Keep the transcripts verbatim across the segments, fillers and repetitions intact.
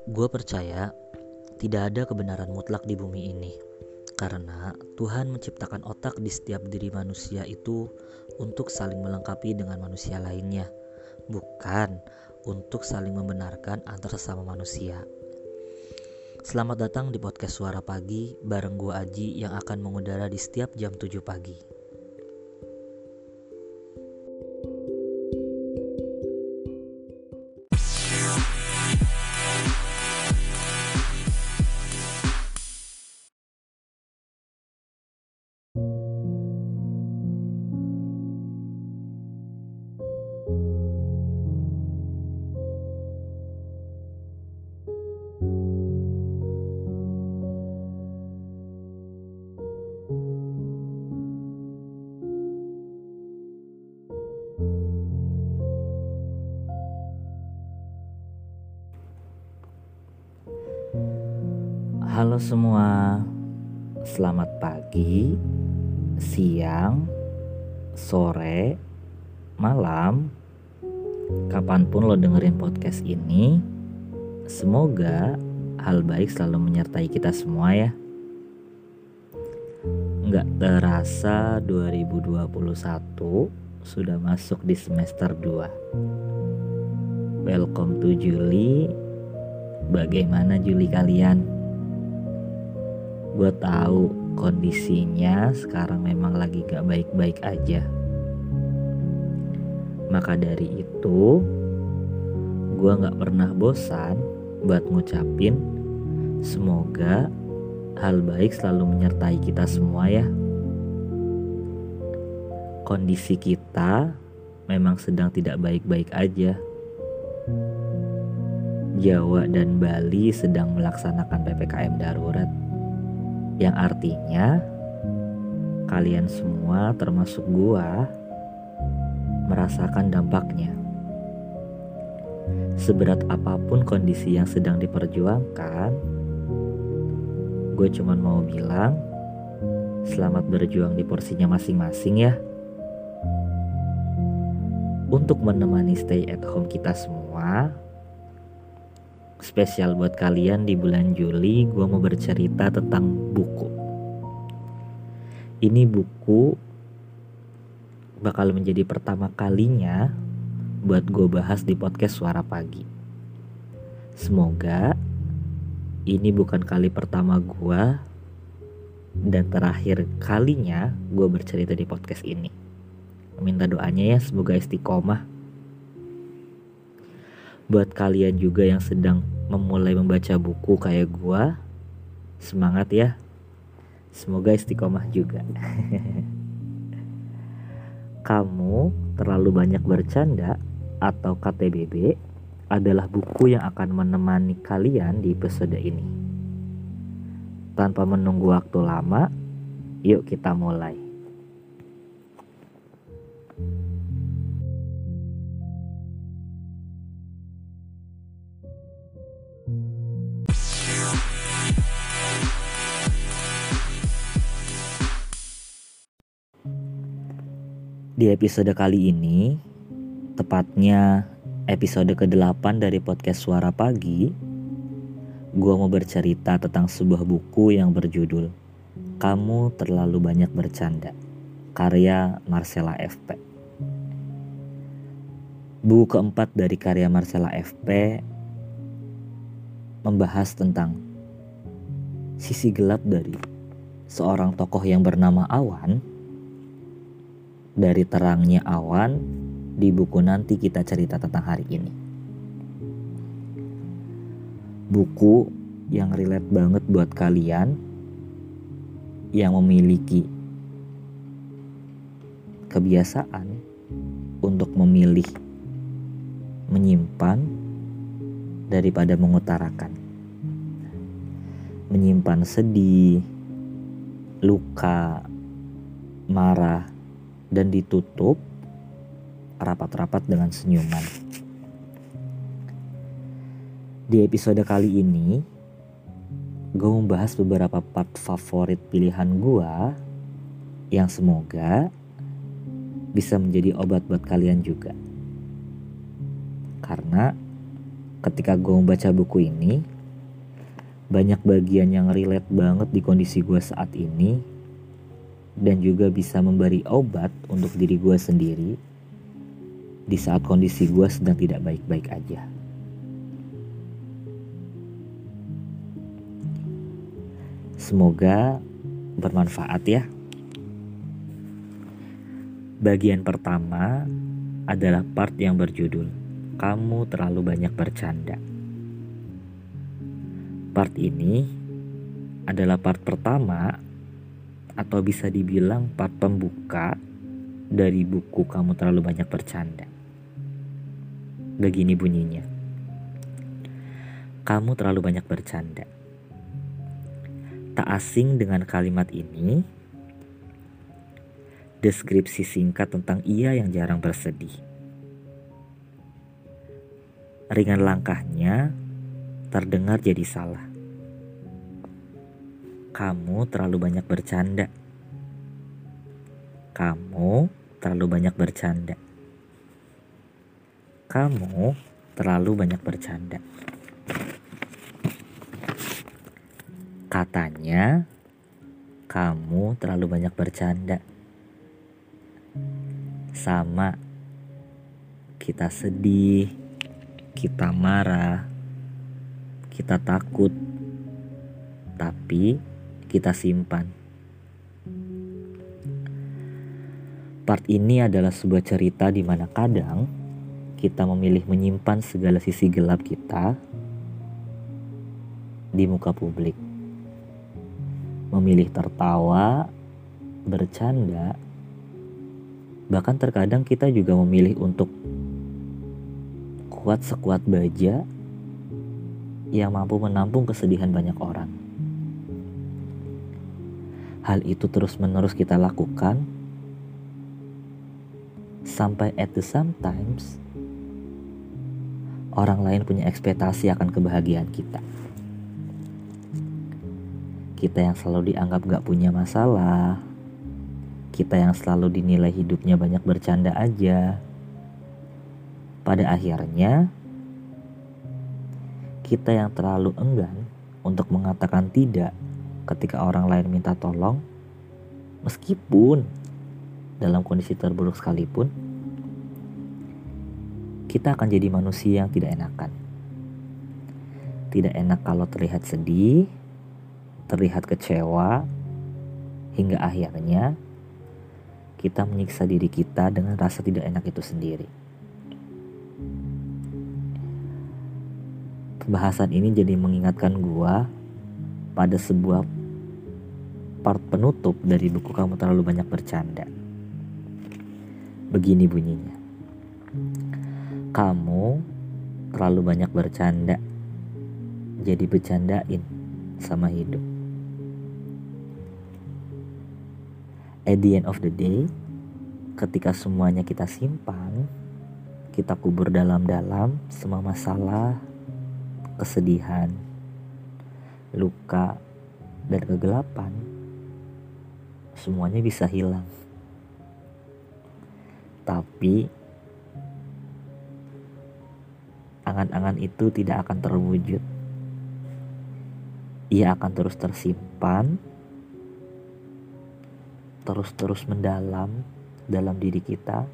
Gue percaya tidak ada kebenaran mutlak di bumi ini, karena Tuhan menciptakan otak di setiap diri manusia itu untuk saling melengkapi dengan manusia lainnya, bukan untuk saling membenarkan antar sesama manusia. Selamat datang di podcast Suara Pagi bareng gue Aji yang akan mengudara di setiap jam tujuh pagi. Halo semua, selamat pagi, siang, sore, malam, kapanpun lo dengerin podcast ini. Semoga hal baik selalu menyertai kita semua ya. Nggak terasa dua ribu dua puluh satu sudah masuk di semester dua. Welcome to Juli. Bagaimana Juli kalian? Gue tahu kondisinya sekarang memang lagi gak baik-baik aja. Maka dari itu, gue gak pernah bosan buat ngucapin semoga hal baik selalu menyertai kita semua ya. Kondisi kita memang sedang tidak baik-baik aja. Jawa dan Bali sedang melaksanakan P P K M darurat, yang artinya kalian semua termasuk gua merasakan dampaknya. Seberat apapun kondisi yang sedang diperjuangkan, gue cuma mau bilang selamat berjuang di porsinya masing-masing ya. Untuk menemani stay at home kita semua, spesial buat kalian di bulan Juli, gue mau bercerita tentang buku. Ini buku bakal menjadi pertama kalinya buat gue bahas di podcast Suara Pagi. Semoga ini bukan kali pertama gue dan terakhir kalinya gue bercerita di podcast ini. Minta doanya ya, semoga istiqomah. Buat kalian juga yang sedang memulai membaca buku kayak gua, semangat ya. Semoga istiqomah juga. Kamu Terlalu Banyak Bercanda atau K T B B adalah buku yang akan menemani kalian di episode ini. Tanpa menunggu waktu lama, yuk kita mulai. Di episode kali ini, tepatnya episode kedelapan dari podcast Suara Pagi, gue mau bercerita tentang sebuah buku yang berjudul Kamu Terlalu Banyak Bercanda, karya Marcella F P. Buku keempat dari karya Marcella F P membahas tentang sisi gelap dari seorang tokoh yang bernama Awan. Dari terangnya awan di buku nanti kita cerita tentang hari ini. Buku yang relate banget buat kalian yang memiliki kebiasaan untuk memilih menyimpan daripada mengutarakan. Menyimpan sedih, luka, marah, dan ditutup rapat-rapat dengan senyuman. Di episode kali ini, gue membahas beberapa part favorit pilihan gue yang semoga bisa menjadi obat buat kalian juga. Karena ketika gue membaca buku ini, banyak bagian yang relate banget di kondisi gue saat ini, dan juga bisa memberi obat untuk diri gue sendiri di saat kondisi gue sedang tidak baik-baik aja. Semoga bermanfaat ya. Bagian pertama adalah part yang berjudul "Kamu Terlalu Banyak Bercanda". Part ini adalah part pertama atau bisa dibilang part pembuka dari buku Kamu Terlalu Banyak Bercanda. Begini bunyinya. Kamu terlalu banyak bercanda. Tak asing dengan kalimat ini, deskripsi singkat tentang ia yang jarang bersedih. Ringan langkahnya terdengar jadi salah. Kamu terlalu banyak bercanda. Kamu terlalu banyak bercanda. Kamu terlalu banyak bercanda. Katanya, kamu terlalu banyak bercanda. Sama, kita sedih, kita marah, kita takut, tapi kita simpan. Part ini adalah sebuah cerita di mana kadang kita memilih menyimpan segala sisi gelap kita di muka publik. Memilih tertawa, bercanda, bahkan terkadang kita juga memilih untuk kuat sekuat baja yang mampu menampung kesedihan banyak orang. Hal itu terus-menerus kita lakukan sampai at the sometimes orang lain punya ekspektasi akan kebahagiaan kita. Kita yang selalu dianggap gak punya masalah, kita yang selalu dinilai hidupnya banyak bercanda aja. Pada akhirnya, kita yang terlalu enggan untuk mengatakan tidak ketika orang lain minta tolong, meskipun dalam kondisi terburuk sekalipun, kita akan jadi manusia yang tidak enakan. Tidak enak kalau terlihat sedih, terlihat kecewa, hingga akhirnya kita menyiksa diri kita dengan rasa tidak enak itu sendiri. Pembahasan ini jadi mengingatkan gua pada sebuah part penutup dari buku Kamu Terlalu Banyak Bercanda. Begini bunyinya. Kamu terlalu banyak bercanda, jadi bercandain sama hidup. At the end of the day, ketika semuanya kita simpan, kita kubur dalam-dalam semua masalah, kesedihan, luka, dan kegelapan, semuanya bisa hilang. Tapi angan-angan itu tidak akan terwujud. Ia akan terus tersimpan, terus-terus mendalam dalam diri kita,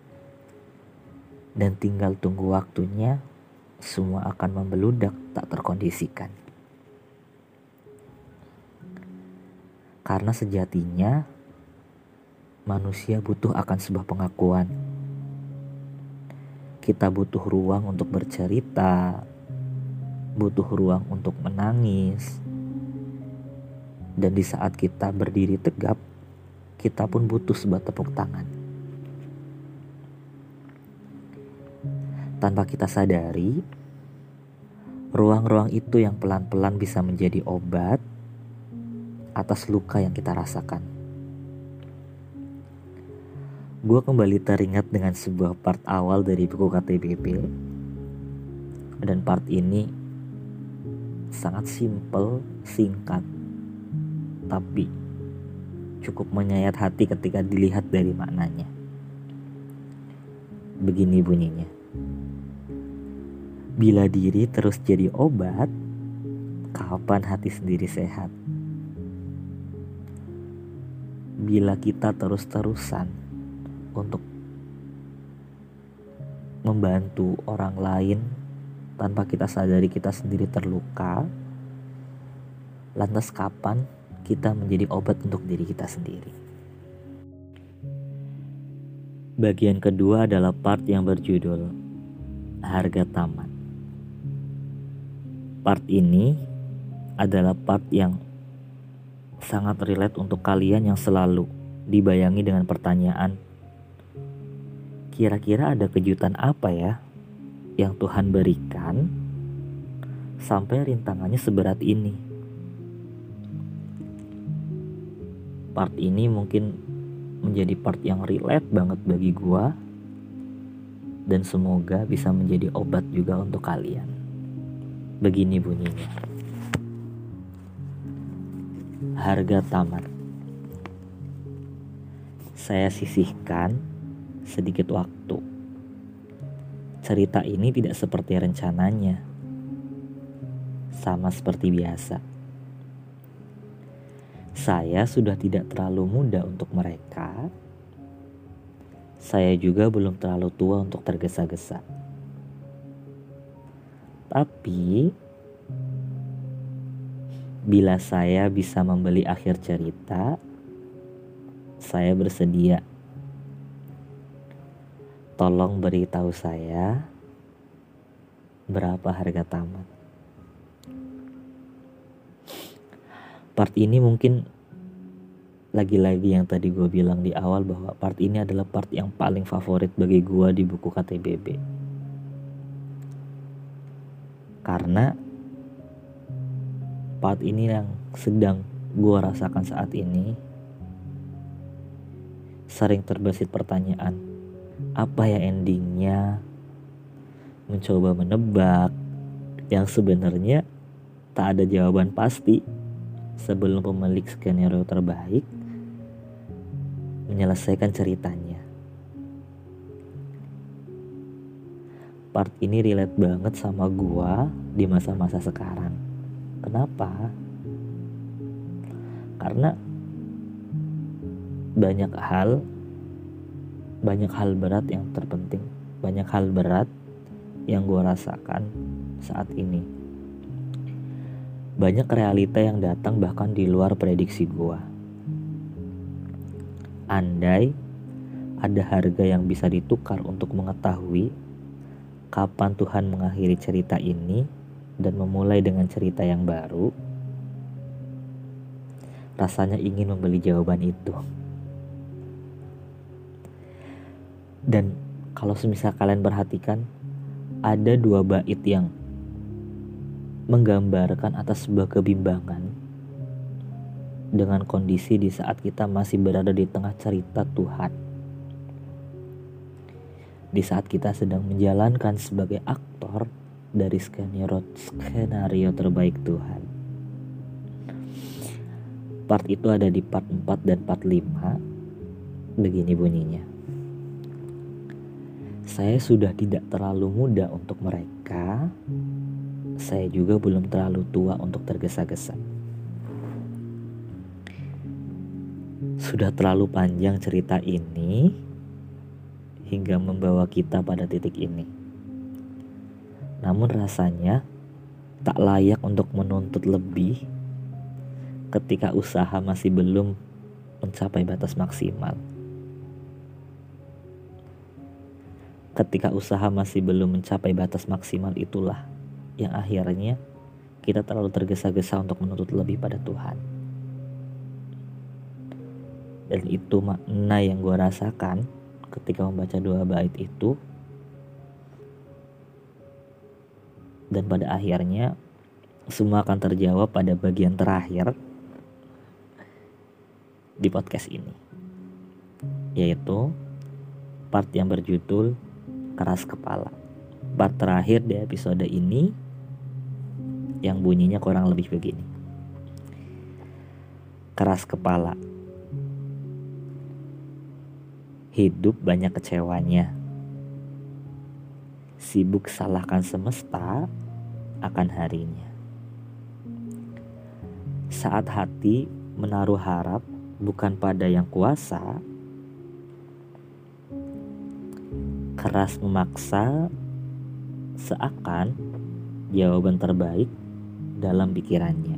dan tinggal tunggu waktunya semua akan membeludak tak terkondisikan. Karena sejatinya manusia butuh akan sebuah pengakuan. Kita butuh ruang untuk bercerita, butuh ruang untuk menangis, dan di saat kita berdiri tegap, kita pun butuh sebuah tepuk tangan. Tanpa kita sadari, ruang-ruang itu yang pelan-pelan bisa menjadi obat atas luka yang kita rasakan. Gue kembali teringat dengan sebuah part awal dari buku K T B B, dan part ini sangat simple, singkat, tapi cukup menyayat hati ketika dilihat dari maknanya. Begini bunyinya. Bila diri terus jadi obat, Kapan hati sendiri sehat? Bila kita terus-terusan untuk membantu orang lain tanpa kita sadari kita sendiri terluka, lantas kapan kita menjadi obat untuk diri kita sendiri? Bagian kedua adalah part yang berjudul Harga Tamat. Part ini adalah part yang sangat relate untuk kalian yang selalu dibayangi dengan pertanyaan, kira-kira ada kejutan apa ya yang Tuhan berikan sampai rintangannya seberat ini? Part ini mungkin menjadi part yang relate banget bagi gua, dan semoga bisa menjadi obat juga untuk kalian. Begini bunyinya. Harga tamat. Saya sisihkan sedikit waktu. Cerita ini tidak seperti rencananya. Sama seperti biasa. Saya sudah tidak terlalu muda untuk mereka. Saya juga belum terlalu tua untuk tergesa-gesa. Tapi bila saya bisa membeli akhir cerita, saya bersedia. Tolong beritahu saya berapa harga tamat. Part ini mungkin lagi-lagi yang tadi gue bilang di awal, bahwa part ini adalah part yang paling favorit bagi gue di buku K T B B. Karena part ini yang sedang gue rasakan saat ini. Sering terbesit pertanyaan, apa ya endingnya? Mencoba menebak yang sebenarnya tak ada jawaban pasti sebelum pemilik skenario terbaik menyelesaikan ceritanya. Part ini relate banget sama gua di masa-masa sekarang. Kenapa? Karena banyak hal, banyak hal berat yang terpenting, banyak hal berat yang gua rasakan saat ini. Banyak realita yang datang bahkan di luar prediksi gua. Andai ada harga yang bisa ditukar untuk mengetahui kapan Tuhan mengakhiri cerita ini dan memulai dengan cerita yang baru, rasanya ingin membeli jawaban itu. Dan kalau semisal kalian perhatikan, ada dua bait yang menggambarkan atas sebuah kebimbangan dengan kondisi di saat kita masih berada di tengah cerita Tuhan, di saat kita sedang menjalankan sebagai aktor dari skenario skenario terbaik Tuhan. Part itu ada di part empat dan part lima. Begini bunyinya. Saya sudah tidak terlalu muda untuk mereka. Saya juga belum terlalu tua untuk tergesa-gesa. Sudah terlalu panjang cerita ini hingga membawa kita pada titik ini. Namun rasanya tak layak untuk menuntut lebih ketika usaha masih belum mencapai batas maksimal. Ketika usaha masih belum mencapai batas maksimal, itulah yang akhirnya kita terlalu tergesa-gesa untuk menuntut lebih pada Tuhan. Dan itu makna yang gue rasakan ketika membaca dua bait itu. Dan pada akhirnya semua akan terjawab pada bagian terakhir di podcast ini, yaitu part yang berjudul Keras Kepala. Part terakhir di episode ini yang bunyinya kurang lebih begini. Keras kepala. Hidup banyak kecewanya. Sibuk salahkan semesta akan harinya. Saat hati menaruh harap bukan pada yang kuasa, keras memaksa seakan jawaban terbaik dalam pikirannya.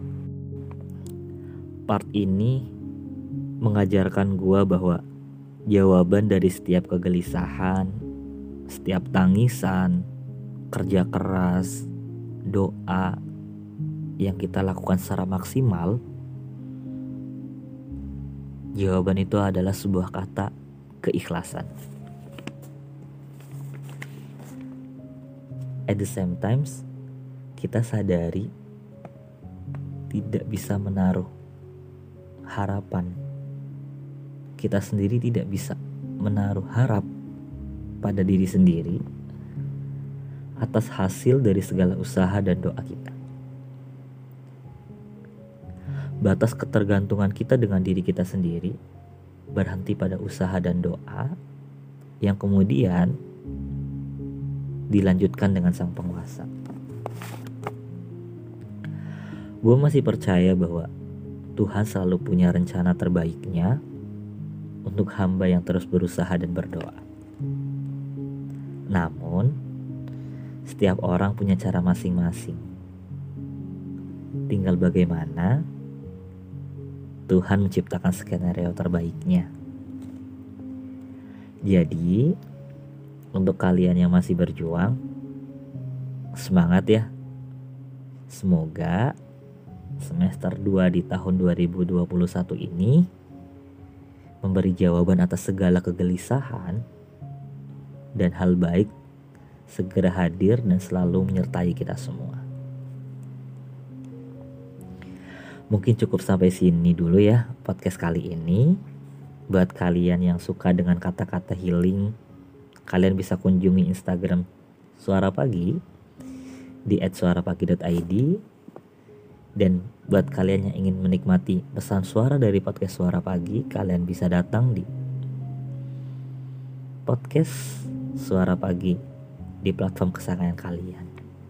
Part ini mengajarkan gua bahwa jawaban dari setiap kegelisahan, setiap tangisan, kerja keras, doa yang kita lakukan secara maksimal, jawaban itu adalah sebuah kata keikhlasan. At the same times, kita sadari tidak bisa menaruh harapan. Kita sendiri tidak bisa menaruh harap pada diri sendiri atas hasil dari segala usaha dan doa kita. Batas ketergantungan kita dengan diri kita sendiri berhenti pada usaha dan doa yang kemudian dilanjutkan dengan Sang Penguasa. Gue masih percaya bahwa Tuhan selalu punya rencana terbaiknya untuk hamba yang terus berusaha dan berdoa. Namun, setiap orang punya cara masing-masing. Tinggal bagaimana Tuhan menciptakan skenario terbaiknya. Jadi, untuk kalian yang masih berjuang, semangat ya. Semoga semester dua di tahun dua ribu dua puluh satu ini memberi jawaban atas segala kegelisahan dan hal baik segera hadir dan selalu menyertai kita semua. Mungkin cukup sampai sini dulu ya podcast kali ini. Buat kalian yang suka dengan kata-kata healing, kalian bisa kunjungi Instagram Suara Pagi di et suarapagi dot i d. Dan buat kalian yang ingin menikmati pesan suara dari podcast Suara Pagi, kalian bisa datang di podcast Suara Pagi di platform kesayangan kalian.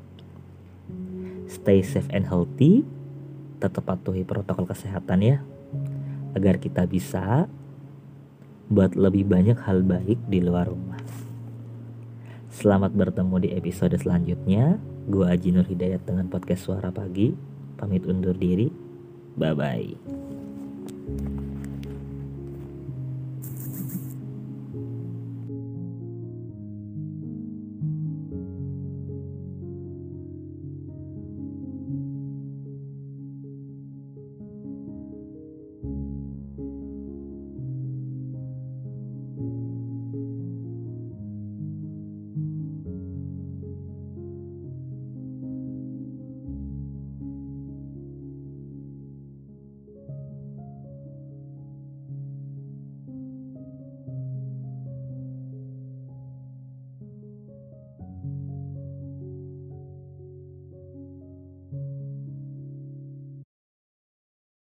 Stay safe and healthy, tetap patuhi protokol kesehatan ya, agar kita bisa buat lebih banyak hal baik di luar rumah. Selamat bertemu di episode selanjutnya. Gua Aji Nur Hidayat dengan podcast Suara Pagi. Pamit undur diri. Bye-bye.